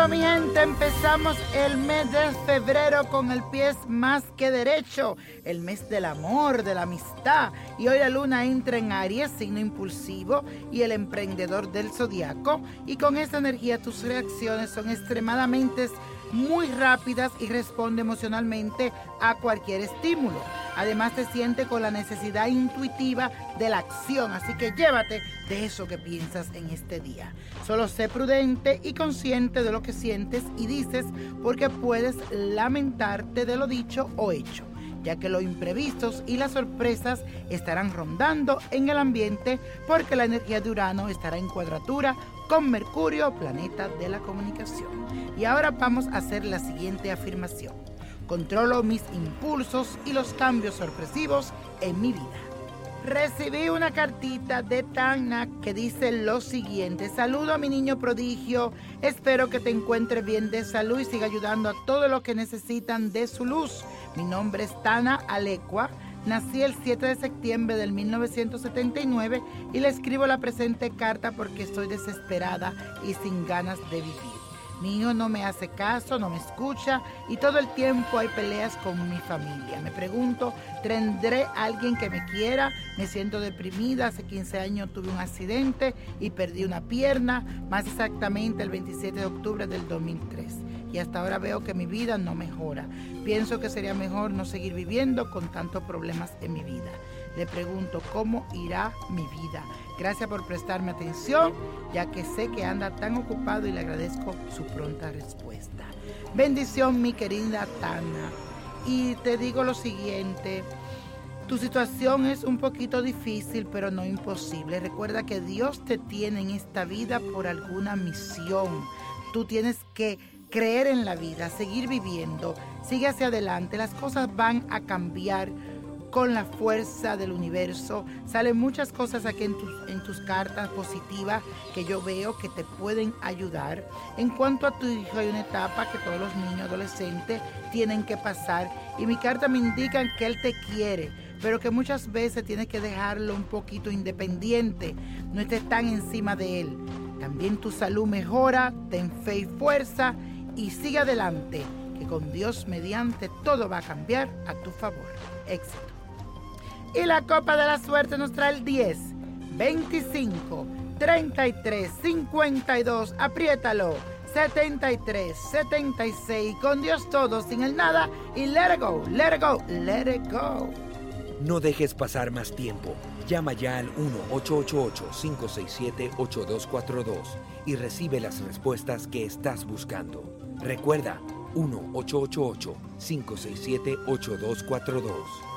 Saludos mi gente, empezamos el mes de febrero con el pie más que derecho, el mes del amor, de la amistad, y hoy la luna entra en Aries, signo impulsivo y el emprendedor del zodiaco, y con esta energía tus reacciones son extremadamente muy rápidas y responde emocionalmente a cualquier estímulo. Además te sientes con la necesidad intuitiva de la acción, así que llévate de eso que piensas en este día. Solo sé prudente y consciente de lo que sientes y dices, porque puedes lamentarte de lo dicho o hecho, ya que los imprevistos y las sorpresas estarán rondando en el ambiente, porque la energía de Urano estará en cuadratura con Mercurio, planeta de la comunicación. Y ahora vamos a hacer la siguiente afirmación. Controlo mis impulsos y los cambios sorpresivos en mi vida. Recibí una cartita de Tana que dice lo siguiente: saludo a mi niño prodigio, espero que te encuentres bien de salud y siga ayudando a todos los que necesitan de su luz. Mi nombre es Tana Alecua, nací el 7 de septiembre del 1979 y le escribo la presente carta porque estoy desesperada y sin ganas de vivir. Mi hijo no me hace caso, no me escucha y todo el tiempo hay peleas con mi familia. Me pregunto, ¿tendré alguien que me quiera? Me siento deprimida. Hace 15 años tuve un accidente y perdí una pierna, más exactamente el 27 de octubre del 2003. Y hasta ahora veo que mi vida no mejora. Pienso que sería mejor no seguir viviendo con tantos problemas en mi vida. Le pregunto, ¿cómo irá mi vida? Gracias por prestarme atención, ya que sé que anda tan ocupado y le agradezco su pronta respuesta. Bendición, mi querida Tana. Y te digo lo siguiente, tu situación es un poquito difícil, pero no imposible. Recuerda que Dios te tiene en esta vida por alguna misión. Tú tienes que creer en la vida, seguir viviendo, sigue hacia adelante. Las cosas van a cambiar con la fuerza del universo. Salen muchas cosas aquí en tus cartas positivas que yo veo que te pueden ayudar. En cuanto a tu hijo, hay una etapa que todos los niños adolescentes tienen que pasar y mi carta me indica que él te quiere, pero que muchas veces tienes que dejarlo un poquito independiente, no estés tan encima de él. También tu salud mejora, ten fe y fuerza y sigue adelante, que con Dios mediante todo va a cambiar a tu favor. Éxito. Y la copa de la suerte nos trae el 10, 25, 33, 52, apriétalo, 73, 76, con Dios todo, sin el nada y let it go, let it go, let it go. No dejes pasar más tiempo. Llama ya al 1-888-567-8242 y recibe las respuestas que estás buscando. Recuerda, 1-888-567-8242.